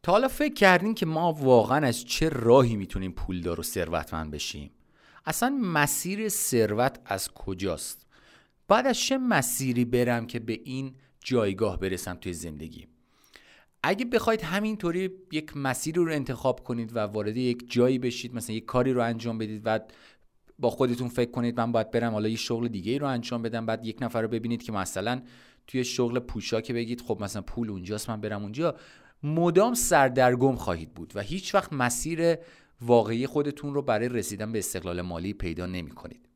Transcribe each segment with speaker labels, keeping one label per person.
Speaker 1: تا حالا فکر کردین که ما واقعا از چه راهی میتونیم پولدار و ثروتمند بشیم؟ اصلا مسیر ثروت از کجاست؟ باید از چه مسیری برم که به این جایگاه برسم توی زندگی؟ اگه بخواید همینطوری یک مسیری رو انتخاب کنید و وارد یک جایی بشید، مثلا یک کاری رو انجام بدید و با خودتون فکر کنید من باید برم حالا یه شغل دیگه رو انجام بدم، بعد یک نفر رو ببینید که مثلا توی شغل پوشاک بگید خب مثلا پول اونجاست من برم اونجا، مدام سردرگم خواهید بود و هیچ وقت مسیر واقعی خودتون رو برای رسیدن به استقلال مالی پیدا نمی کنید.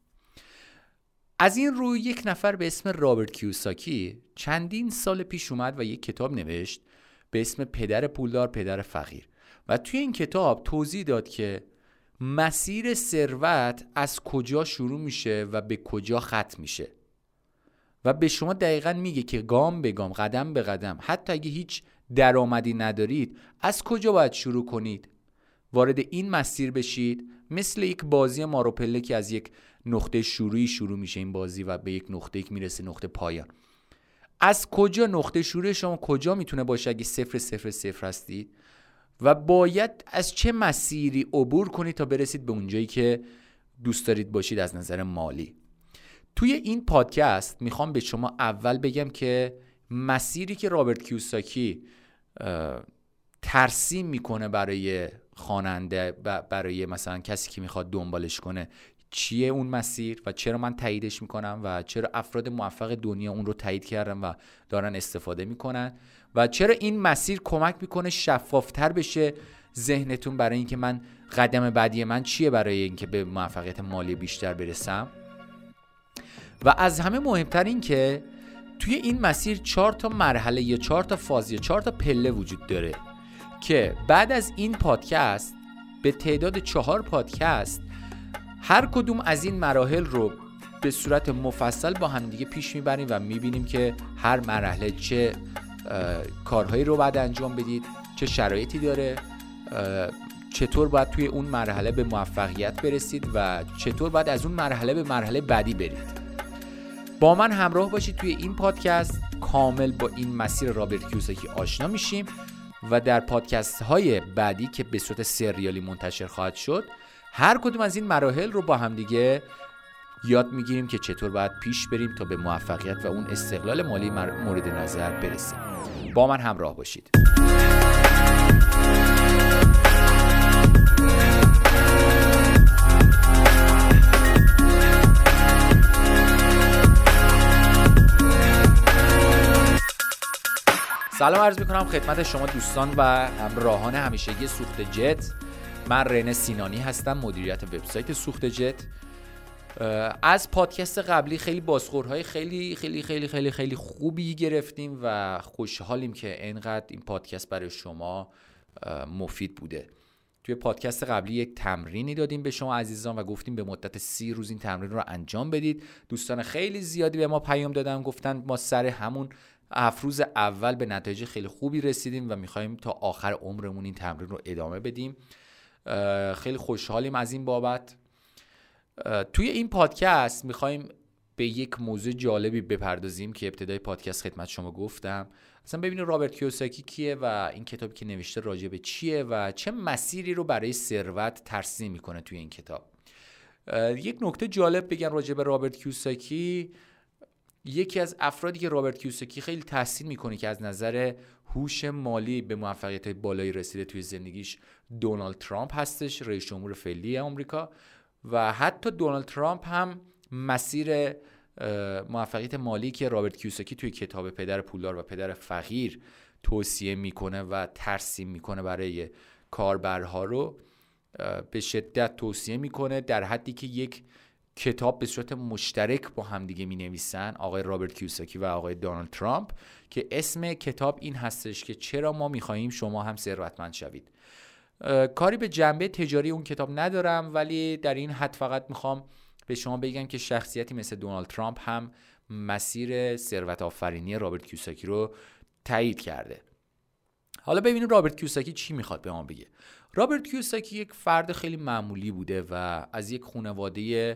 Speaker 1: از این رو یک نفر به اسم رابرت کیوساکی چندین سال پیش اومد و یک کتاب نوشت به اسم پدر پولدار پدر فقیر و توی این کتاب توضیح داد که مسیر ثروت از کجا شروع میشه و به کجا ختم میشه و به شما دقیقاً میگه که گام به گام، قدم به قدم، حتی اگه هیچ درآمدی ندارید از کجا باید شروع کنید وارد این مسیر بشید. مثل یک بازی ماروپله که از یک نقطه شروع میشه این بازی و به یک نقطه که میرسه، نقطه پایان. از کجا نقطه شروع شما کجا میتونه باشه اگه 0 هستید و باید از چه مسیری عبور کنید تا برسید به اونجایی که دوست دارید باشید از نظر مالی. توی این پادکست میخوام به شما اول بگم که مسیری که رابرت کیوساکی ترسیم میکنه برای خواننده، برای مثلا کسی که میخواد دنبالش کنه، چیه اون مسیر و چرا من تاییدش میکنم و چرا افراد موفق دنیا اون رو تایید کردن و دارن استفاده میکنن و چرا این مسیر کمک میکنه شفافتر بشه ذهنتون برای اینکه من قدم بعدی من چیه برای اینکه به موفقیت مالی بیشتر برسم. و از همه مهمتر این که توی این مسیر 4 تا مرحله یا 4 تا فاز یا 4 تا پله وجود داره که بعد از این پادکست به تعداد 4 پادکست هر کدوم از این مراحل رو به صورت مفصل با هم دیگه پیش میبریم و میبینیم که هر مرحله چه کارهایی رو باید انجام بدید، چه شرایطی داره، چطور باید توی اون مرحله به موفقیت برسید و چطور باید از اون مرحله به مرحله بعدی برید. با من همراه باشید توی این پادکست، کامل با این مسیر رابرت کیوساکی آشنا میشیم و در پادکست های بعدی که به صورت سریالی منتشر خواهد شد هر کدوم از این مراحل رو با هم دیگه یاد میگیریم که چطور باید پیش بریم تا به موفقیت و اون استقلال مالی مورد نظر برسیم. با من همراه باشید. سلام عرض میکنم خدمت شما دوستان و همراهان همیشگی سوخت جت. من رنه سینانی هستم، مدیریت وبسایت سوخت جت. از پادکست قبلی خیلی بازخوردهای خیلی خیلی خیلی خیلی خیلی خوبی گرفتیم و خوشحالیم که اینقدر این پادکست برای شما مفید بوده. توی پادکست قبلی یک تمرینی دادیم به شما عزیزان و گفتیم به مدت 30 روز این تمرین رو انجام بدید. دوستان خیلی زیادی به ما پیام دادن، گفتن ما سر همون 7 روز اول به نتایج خیلی خوبی رسیدیم و میخوایم تا آخر عمرمون این تمرین رو ادامه بدیم. خیلی خوشحالیم از این بابت. توی این پادکست میخوایم به یک موضوع جالبی بپردازیم که ابتدای پادکست خدمت شما گفتم. اصلا ببینید رابرت کیوساکی کیه و این کتابی که نوشته راجع به چیه و چه مسیری رو برای ثروت ترسیم میکنه توی این کتاب. یک نکته جالب بگم راجع به رابرت کیوساکی. یکی از افرادی که رابرت کیوساکی خیلی تحسین میکنه که از نظر هوش مالی به موفقیت بالایی رسیده توی زندگیش دونالد ترامپ هستش، رئیس جمهور فعلی آمریکا. و حتی دونالد ترامپ هم مسیر موفقیت مالی که رابرت کیوساکی توی کتاب پدر پولدار و پدر فقیر توصیه میکنه و ترسیم میکنه برای کاربرها رو به شدت توصیه میکنه، در حدی که یک کتاب به صورت مشترک با هم دیگه می نویسن، آقای رابرت کیوساکی و آقای دونالد ترامپ، که اسم کتاب این هستش که چرا ما میخواییم شما هم ثروتمند شوید. کاری به جنبه تجاری اون کتاب ندارم، ولی در این حد فقط میخوام به شما بگم که شخصیتی مثل دونالد ترامپ هم مسیر ثروت آفرینی رابرت کیوساکی رو تایید کرده. حالا ببینید رابرت کیوساکی چی میخواد به ما بگه. رابرت کیوساکی یک فرد خیلی معمولی بوده و از یک خانواده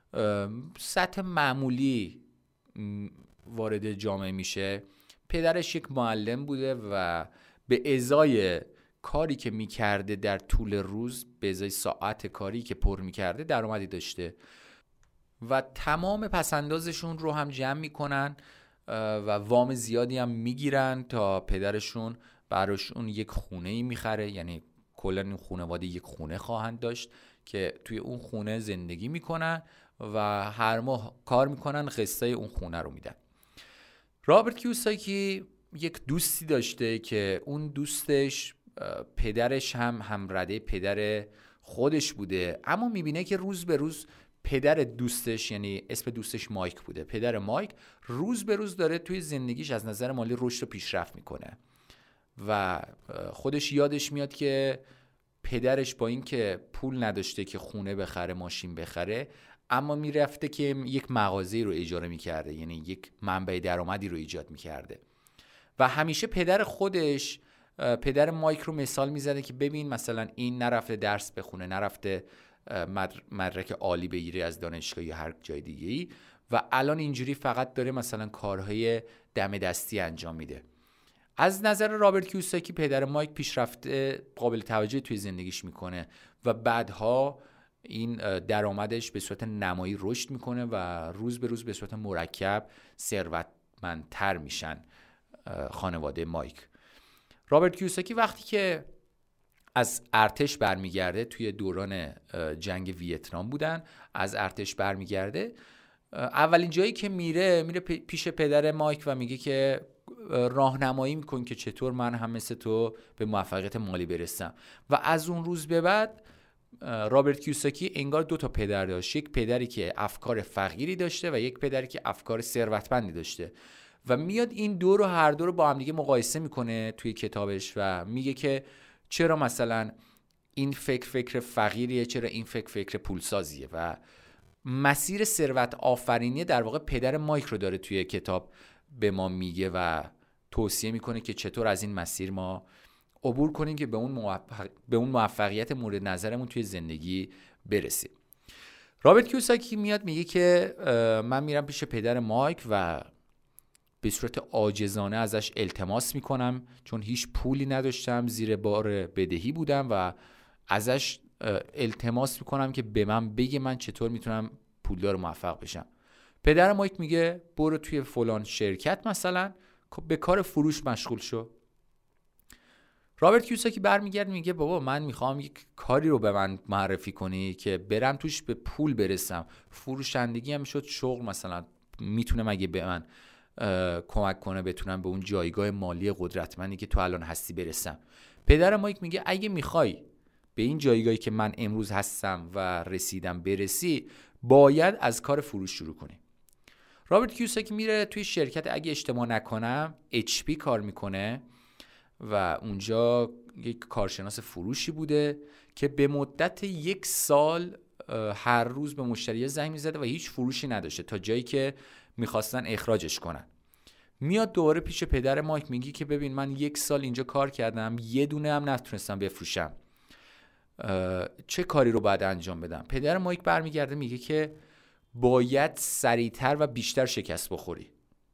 Speaker 1: سطح معمولی وارد جامعه میشه. پدرش یک معلم بوده و به ازای کاری که میکرده در طول روز به ازای ساعت کاری که پر میکرده درآمدی داشته و تمام پسندازشون رو هم جمع میکنن و وام زیادی هم میگیرن تا پدرشون براشون یک خونه ای میخره. یعنی کلا این خانواده یک خونه خواهند داشت که توی اون خونه زندگی میکنن و هر ماه کار میکنن، قسطای اون خونه رو میدن. رابرت کیوساکی یک دوستی داشته که اون دوستش پدرش هم رده پدر خودش بوده، اما میبینه که روز به روز پدر دوستش، یعنی اسم دوستش مایک بوده، پدر مایک روز به روز داره توی زندگیش از نظر مالی رشد و پیشرفت میکنه و خودش یادش میاد که پدرش با این که پول نداشته که خونه بخره، ماشین بخره، اما میرفته که یک مغازه رو اجاره میکرده، یعنی یک منبع درآمدی رو ایجاد میکرده و همیشه پدر خودش، پدر مایک رو مثال میزده که ببین مثلا این نرفته درس بخونه، نرفته مدرک عالی بگیره از دانشگاه یا هر جای دیگه‌ای و الان اینجوری فقط داره مثلا کارهای دم دستی انجام میده. از نظر رابرت کیوساکی پدر مایک پیشرفته قابل توجهی توی زندگیش میکنه و بعدها این درآمدش به صورت نمایی رشد میکنه و روز به روز به صورت مرکب ثروتمندتر میشن خانواده مایک. رابرت کیوساکی وقتی که از ارتش برمیگرده، توی دوران جنگ ویتنام بودن، از ارتش برمیگرده، اولین جایی که میره پیش پدر مایک و میگه که راهنمایی میکن که چطور من هم مثل تو به موفقیت مالی برسم. و از اون روز به بعد رابرت کیوساکی انگار 2 تا پدر داشت، یک پدری که افکار فقیری داشته و یک پدری که افکار ثروتمندی داشته و میاد این هر دو رو با هم دیگه مقایسه میکنه توی کتابش و میگه که چرا مثلا این فکر فقیریه، چرا این فکر پولسازیه و مسیر ثروت آفرینی در واقع پدر مایک رو داره توی کتاب به ما میگه و توصیه میکنه که چطور از این مسیر ما عبور کنیم که به اون موفقیت مورد نظرمون توی زندگی برسیم. رابرت کیوساکی میاد میگه که من میرم پیش پدر مایک و به صورت عاجزانه ازش التماس میکنم، چون هیچ پولی نداشتم، زیر بار بدهی بودم و ازش التماس میکنم که به من بگه من چطور میتونم پولدار موفق بشم. پدر مایک میگه برو توی فلان شرکت مثلا به کار فروش مشغول شو. رابرت کیوساکی برمیگرد میگه بابا من میخوام یک کاری رو به من معرفی کنی که برم توش به پول برسم. فروشندگی هم شد شغل، مثلا میتونه مگه به من کمک کنه بتونم به اون جایگاه مالی قدرتمندی که تو الان هستی برسم. پدر مایک میگه اگه میخوای به این جایگاهی که من امروز هستم و رسیدم برسی، باید از کار فروش شروع کنی. رابرت کیوساکی میره توی شرکت، اگه اشتباه نکنم HP کار میکنه و اونجا یک کارشناس فروشی بوده که به مدت 1 سال هر روز به مشتری زنگ میزده و هیچ فروشی نداشته تا جایی که میخواستن اخراجش کنن. میاد دوباره پیش پدر مایک میگه که ببین من 1 سال اینجا کار کردم، یه دونه هم نتونستم بفروشم، چه کاری رو باید انجام بدم؟ پدر مایک برمیگرده میگه که باید سریعتر و بیشتر شکست بخوری.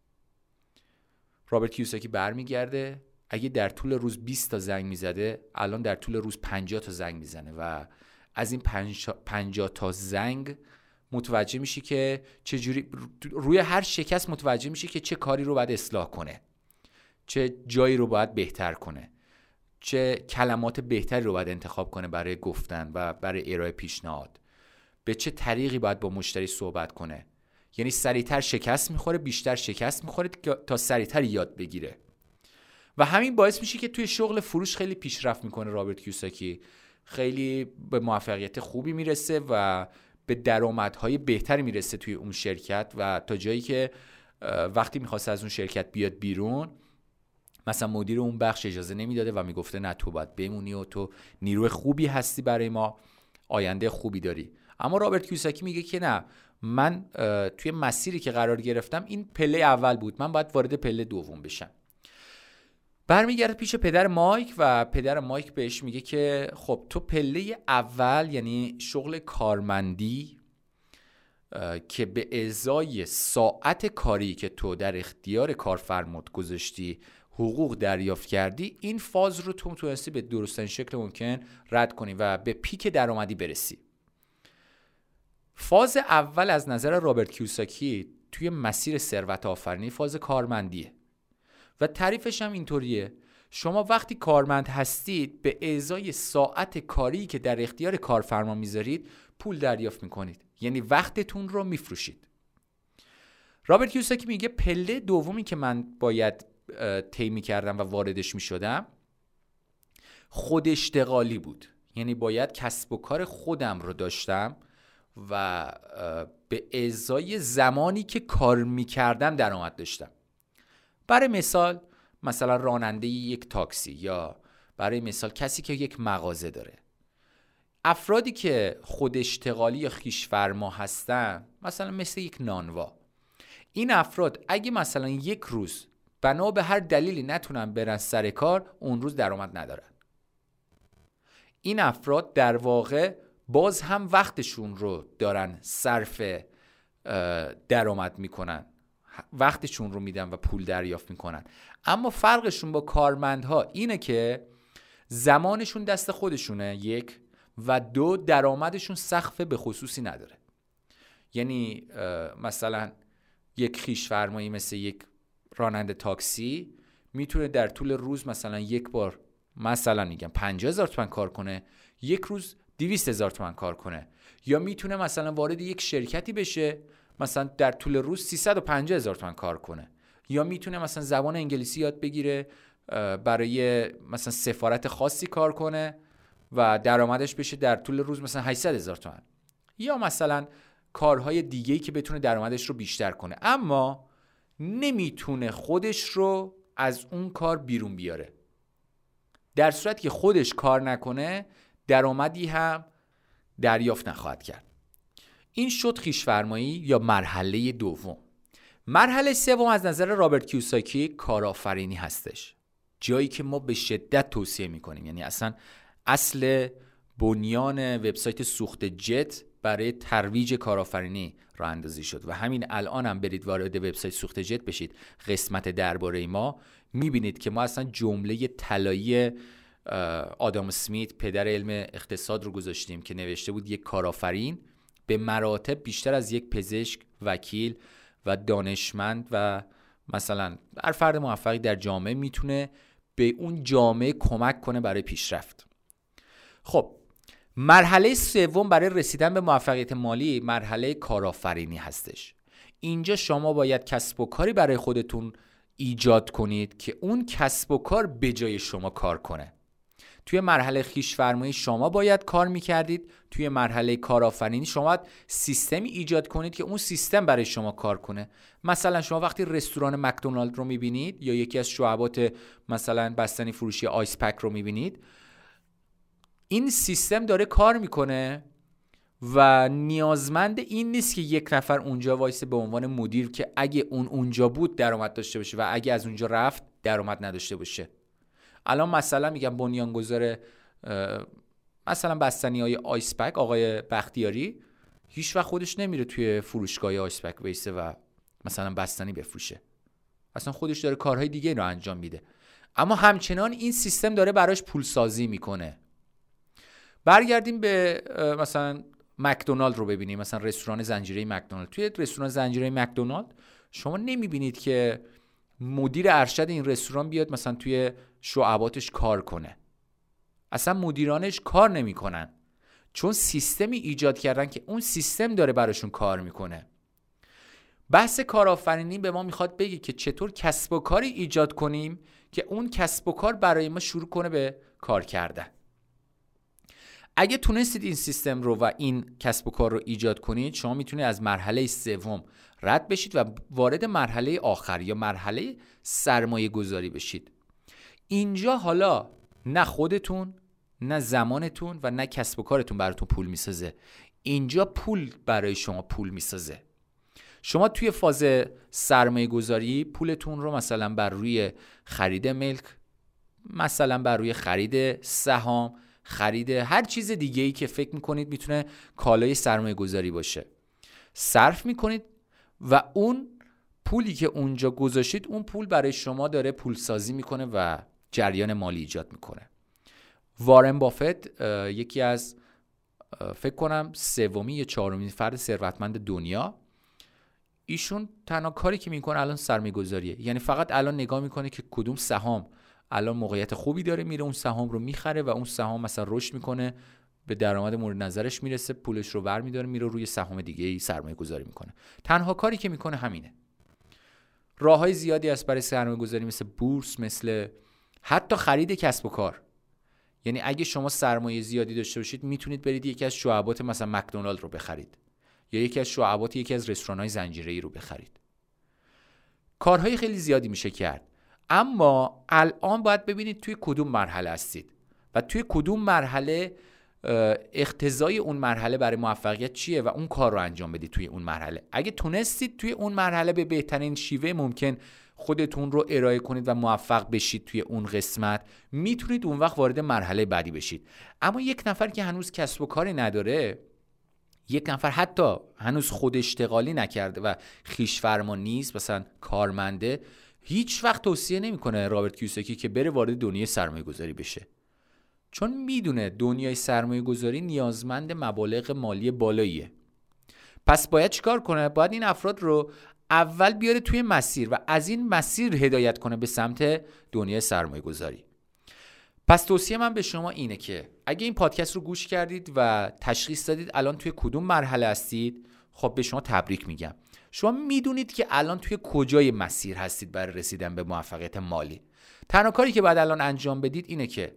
Speaker 1: رابرت کیوساکی برمیگرده، اگه در طول روز 20 تا زنگ میزده، الان در طول روز 50 تا زنگ میزنه و از این 50 تا زنگ متوجه میشی که چجوری روی هر شکست متوجه میشی که چه کاری رو باید اصلاح کنه، چه جایی رو باید بهتر کنه، چه کلمات بهتری رو باید انتخاب کنه برای گفتن و برای ارائه پیشنهاد، به چه طریقی باید با مشتری صحبت کنه. یعنی سریعتر شکست میخوره، بیشتر شکست میخوره تا سریعتر یاد بگیره و همین باعث میشه که توی شغل فروش خیلی پیشرفت میکنه. رابرت کیوساکی خیلی به موفقیت خوبی میرسه و به درآمدهای بهتری میرسه توی اون شرکت و تا جایی که وقتی میخواست از اون شرکت بیاد بیرون، مثلا مدیر اون بخش اجازه نمیداده و میگفته نه تو باید بمونی و تو نیروی خوبی هستی برای ما، آینده خوبی داری. اما رابرت کیوساکی میگه که نه، من توی مسیری که قرار گرفتم این پله اول بود، من باید وارد پله دوم بشم. برمیگرده پیش پدر مایک و پدر مایک بهش میگه که خب تو پله اول یعنی شغل کارمندی که به ازای ساعت کاری که تو در اختیار کارفرمات گذاشتی حقوق دریافت کردی، این فاز رو تو تونستی به درست‌ترین شکل ممکن رد کنی و به پیک درآمدی برسی. فاز اول از نظر رابرت کیوساکی توی مسیر ثروت آفرینی فاز کارمندیه و تعریفش هم اینطوریه: شما وقتی کارمند هستید به ازای ساعت کاری که در اختیار کارفرما میذارید پول دریافت میکنید، یعنی وقتتون رو میفروشید. رابرت کیوساکی میگه پله دومی که من باید طی میکردم و واردش میشدم خود اشتغالی بود، یعنی باید کسب و کار خودم رو داشتم و به ازای زمانی که کار میکردم درآمد داشتم. برای مثلا راننده یک تاکسی، یا برای مثال کسی که یک مغازه داره. افرادی که خود اشتغالی یا خویش‌فرما هستن، مثلا مثل یک نانوا، این افراد اگه مثلا یک روز بنا به هر دلیلی نتونن برن سر کار، اون روز درآمد ندارن. این افراد در واقع باز هم وقتشون رو دارن صرف درآمد میکنن، وقتشون رو میدن و پول دریافت میکنن. اما فرقشون با کارمندها اینه که زمانشون دست خودشونه، یک، و دو، درآمدشون سقف به خصوصی نداره. یعنی مثلا یک خویش‌فرمایی مثل یک راننده تاکسی میتونه در طول روز مثلا یک بار مثلا میگم 50,000 تومان کار کنه، یک روز 200,000 تومان کار کنه، یا میتونه مثلا وارد یک شرکتی بشه مثلا در طول روز 350,000 تومان کار کنه، یا میتونه مثلا زبان انگلیسی یاد بگیره برای مثلا سفارت خاصی کار کنه و درآمدش بشه در طول روز مثلا 800,000 تومان، یا مثلا کارهای دیگه‌ای که بتونه درآمدش رو بیشتر کنه، اما نمیتونه خودش رو از اون کار بیرون بیاره. در صورتی که خودش کار نکنه درآمدی هم دریافت نخواهد کرد. این شد خویش‌فرمایی یا مرحله دوم. مرحله سوم از نظر رابرت کیوساکی کارآفرینی هستش، جایی که ما به شدت توصیه میکنیم. یعنی اصل بنیان وبسایت سوخت جت برای ترویج کارآفرینی راه اندازی شد و همین الان هم برید وارد وبسایت سوخت جت بشید، قسمت درباره ما، میبینید که ما اصلا جمله طلایی آدام اسمیت پدر علم اقتصاد رو گذاشتیم که نوشته بود یک کارآفرین به مراتب بیشتر از یک پزشک، وکیل و دانشمند و مثلا هر فرد موفقی در جامعه میتونه به اون جامعه کمک کنه برای پیشرفت. خب مرحله سوم برای رسیدن به موفقیت مالی مرحله کارآفرینی هستش. اینجا شما باید کسب و کاری برای خودتون ایجاد کنید که اون کسب و کار به جای شما کار کنه. توی مرحله خویش‌فرمایی شما باید کار میکردید، توی مرحله کارآفرینی شما باید سیستمی ایجاد کنید که اون سیستم برای شما کار کنه. مثلا شما وقتی رستوران مکدونالد رو میبینید یا یکی از شعبات مثلا بستنی فروشی آیس پک رو میبینید، این سیستم داره کار میکنه و نیازمند این نیست که یک نفر اونجا وایسه به عنوان مدیر که اگه اونجا بود درآمد داشته باشه و اگه از اونجا رفت درآمد نداشته باشه. الان مثلا میگم بنیانگذار مثلا بستنی‌های آیس پک آقای بختیاری هیچ وقت خودش نمیره توی فروشگاه آیس پک وایسه و مثلا بستنی بفروشه، اصلا خودش داره کارهای دیگه رو انجام میده، اما همچنان این سیستم داره براش پول سازی میکنه. برگردیم به مثلا مکدونالد رو ببینیم، مثلا رستوران زنجیره مکدونالد. توی رستوران زنجیره مکدونالد شما نمیبینید که مدیر ارشد این رستوران بیاد مثلا توی شعباتش کار کنه، اصلا مدیرانش کار نمیکنن، چون سیستمی ایجاد کردن که اون سیستم داره براشون کار میکنه. بحث کارآفرینی به ما میخواد بگه که چطور کسب و کاری ایجاد کنیم که اون کسب و کار برای ما شروع کنه به کار کردن. اگه تونستید این سیستم رو و این کسب و کار رو ایجاد کنید، شما میتونید از مرحله سوم رد بشید و وارد مرحله آخر یا مرحله سرمایه گذاری بشید. اینجا حالا نه خودتون، نه زمانتون و نه کسب و کارتون براتون پول میسازه، اینجا پول برای شما پول میسازه. شما توی فاز سرمایه گذاری پولتون رو مثلا بر روی خرید ملک، مثلا بر روی خرید سهام، خرید هر چیز دیگه‌ای که فکر میکنید میتونه کالای سرمایه گذاری باشه صرف میکنید و اون پولی که اونجا گذاشتید اون پول برای شما داره پول سازی میکنه و جریان مالی ایجاد میکنه. وارن بافت یکی از فکر کنم سومی یا چهارمین فرد ثروتمند دنیا، ایشون تنها کاری که میکنه الان سرمایه‌گذاریه. یعنی فقط الان نگاه میکنه که کدوم سهام الان موقعیت خوبی داره، میره اون سهام رو میخره و اون سهام مثلا رشد میکنه، به درآمد مورد نظرش میرسه، پولش رو برمی‌داره میره روی سهام دیگه‌ای سرمایه‌گذاری میکنه. تنها کاری که میکنه همینه. راه‌های زیادی هست برای سرمایه‌گذاری، مثل بورس، مثل حتی خرید کسب و کار. یعنی اگه شما سرمایه زیادی داشته باشید میتونید برید یکی از شعبات مثلا مکدونالد رو بخرید یا یکی از شعبات یکی از رستوران‌های زنجیره‌ای رو بخرید. کارهای خیلی زیادی میشه کرد، اما الان باید ببینید توی کدوم مرحله هستید و توی کدوم مرحله اقتضای اون مرحله برای موفقیت چیه و اون کار رو انجام بدید توی اون مرحله. اگه تونستید توی اون مرحله به بهترین شیوه ممکن خودتون رو ارائه کنید و موفق بشید توی اون قسمت، میتونید اون وقت وارد مرحله بعدی بشید. اما یک نفر که هنوز کسب و کاری نداره، یک نفر حتی هنوز خود اشتغالی نکرده و خویش فرما نیست، مثلا کارمنده، هیچ وقت توصیه نمیکنه رابرت کیوساکی که بره وارد دنیای سرمایه گذاری بشه، چون میدونه دنیای سرمایه گذاری نیازمند مبالغ مالی بالاییه. پس باید چیکار کنه؟ باید این افراد رو اول بیاره توی مسیر و از این مسیر هدایت کنه به سمت دنیای سرمایه گذاری. پس توصیه من به شما اینه که اگه این پادکست رو گوش کردید و تشخیص دادید الان توی کدوم مرحله هستید، خب به شما تبریک میگم. شما میدونید که الان توی کجای مسیر هستید برای رسیدن به موفقیت مالی. تنها کاری که باید الان انجام بدید اینه که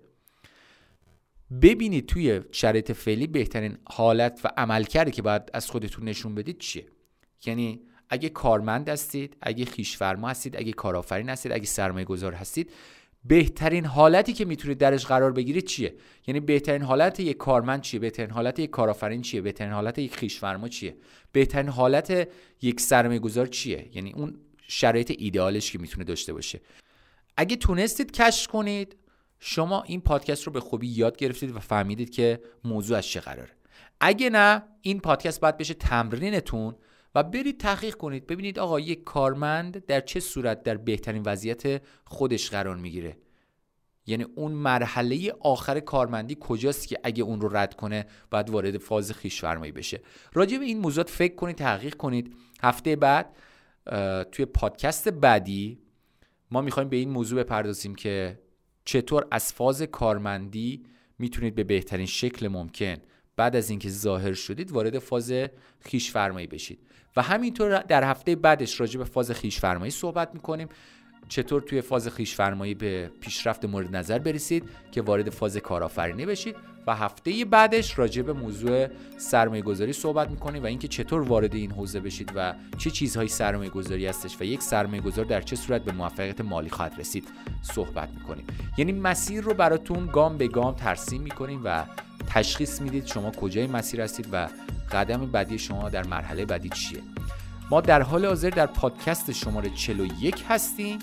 Speaker 1: ببینید توی شرایط فعلی بهترین حالت و عملکردی که باید از خودتون نشون بدید چیه. یعنی اگه کارمند هستید، اگه خویش‌فرما هستید، اگه کارآفرین هستید، اگه سرمایه‌گذار هستید، بهترین حالتی که میتونید درش قرار بگیرید چیه؟ یعنی بهترین حالت یک کارمند چیه؟ بهترین حالت یک کارآفرین چیه؟ بهترین حالت یک خویش‌فرما چیه؟ بهترین حالت یک سرمایه‌گذار چیه؟ یعنی اون شرایط ایدئالش که میتونه داشته باشه. اگه تونستید کشف کنید، شما این پادکست رو به خوبی یاد گرفتید و فهمیدید که موضوع از چه قراره. اگه نه، این پادکست باید بشه تمرینتون و برید تحقیق کنید، ببینید آقا یک کارمند در چه صورت در بهترین وضعیت خودش قرار میگیره. یعنی اون مرحله آخر کارمندی کجاست که اگه اون رو رد کنه باید وارد فاز خویش‌فرمایی بشه. راجع به این موضوعات فکر کنید، تحقیق کنید. هفته بعد توی پادکست بعدی ما میخوایم به این موضوع بپردازیم که چطور از فاز کارمندی میتونید به بهترین شکل ممکن بعد از اینکه ظاهر شدید وارد فاز خویش‌فرمایی بشید. و همینطور در هفته بعدش راجع به فاز خویش‌فرمایی صحبت میکنیم، چطور توی فاز خویش‌فرمایی به پیشرفت مورد نظر برسید که وارد فاز کارآفرینی بشید. و هفته بعدش راجع به موضوع سرمایه‌گذاری صحبت می‌کنیم و اینکه چطور وارد این حوزه بشید و چه چیزهایی سرمایه‌گذاری هستش و یک سرمایه‌گذار در چه صورت به موفقیت مالی خواهد رسید صحبت می‌کنیم. یعنی مسیر رو براتون گام به گام ترسیم می‌کنیم و تشخیص میدید شما کجای مسیر هستید و قدم بعدی شما در مرحله بعدی چیه. ما در حال حاضر در پادکست شماره 41 هستیم.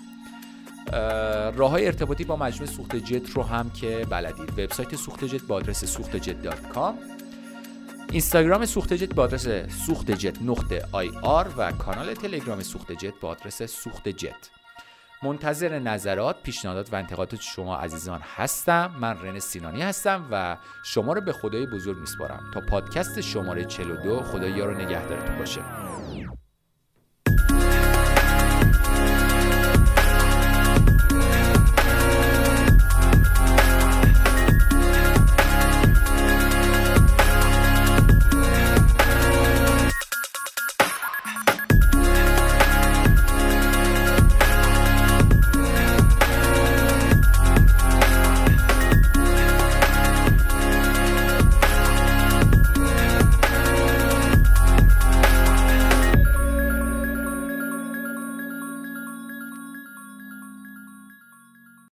Speaker 1: راه‌های ارتباطی با مجموعه سوخت جت رو هم که بلدید. وبسایت سوخت جت با آدرس sochtjet.com، اینستاگرام سوخت جت با آدرس sochtjet.ir و کانال تلگرام سوخت جت با آدرس سوخت جت. منتظر نظرات، پیشنهادات و انتقادات شما عزیزان هستم. من رنه سینانی هستم و شما رو به خدای بزرگ میسپارم. تا پادکست شماره 42، خدا یار و نگهدارتون باشه.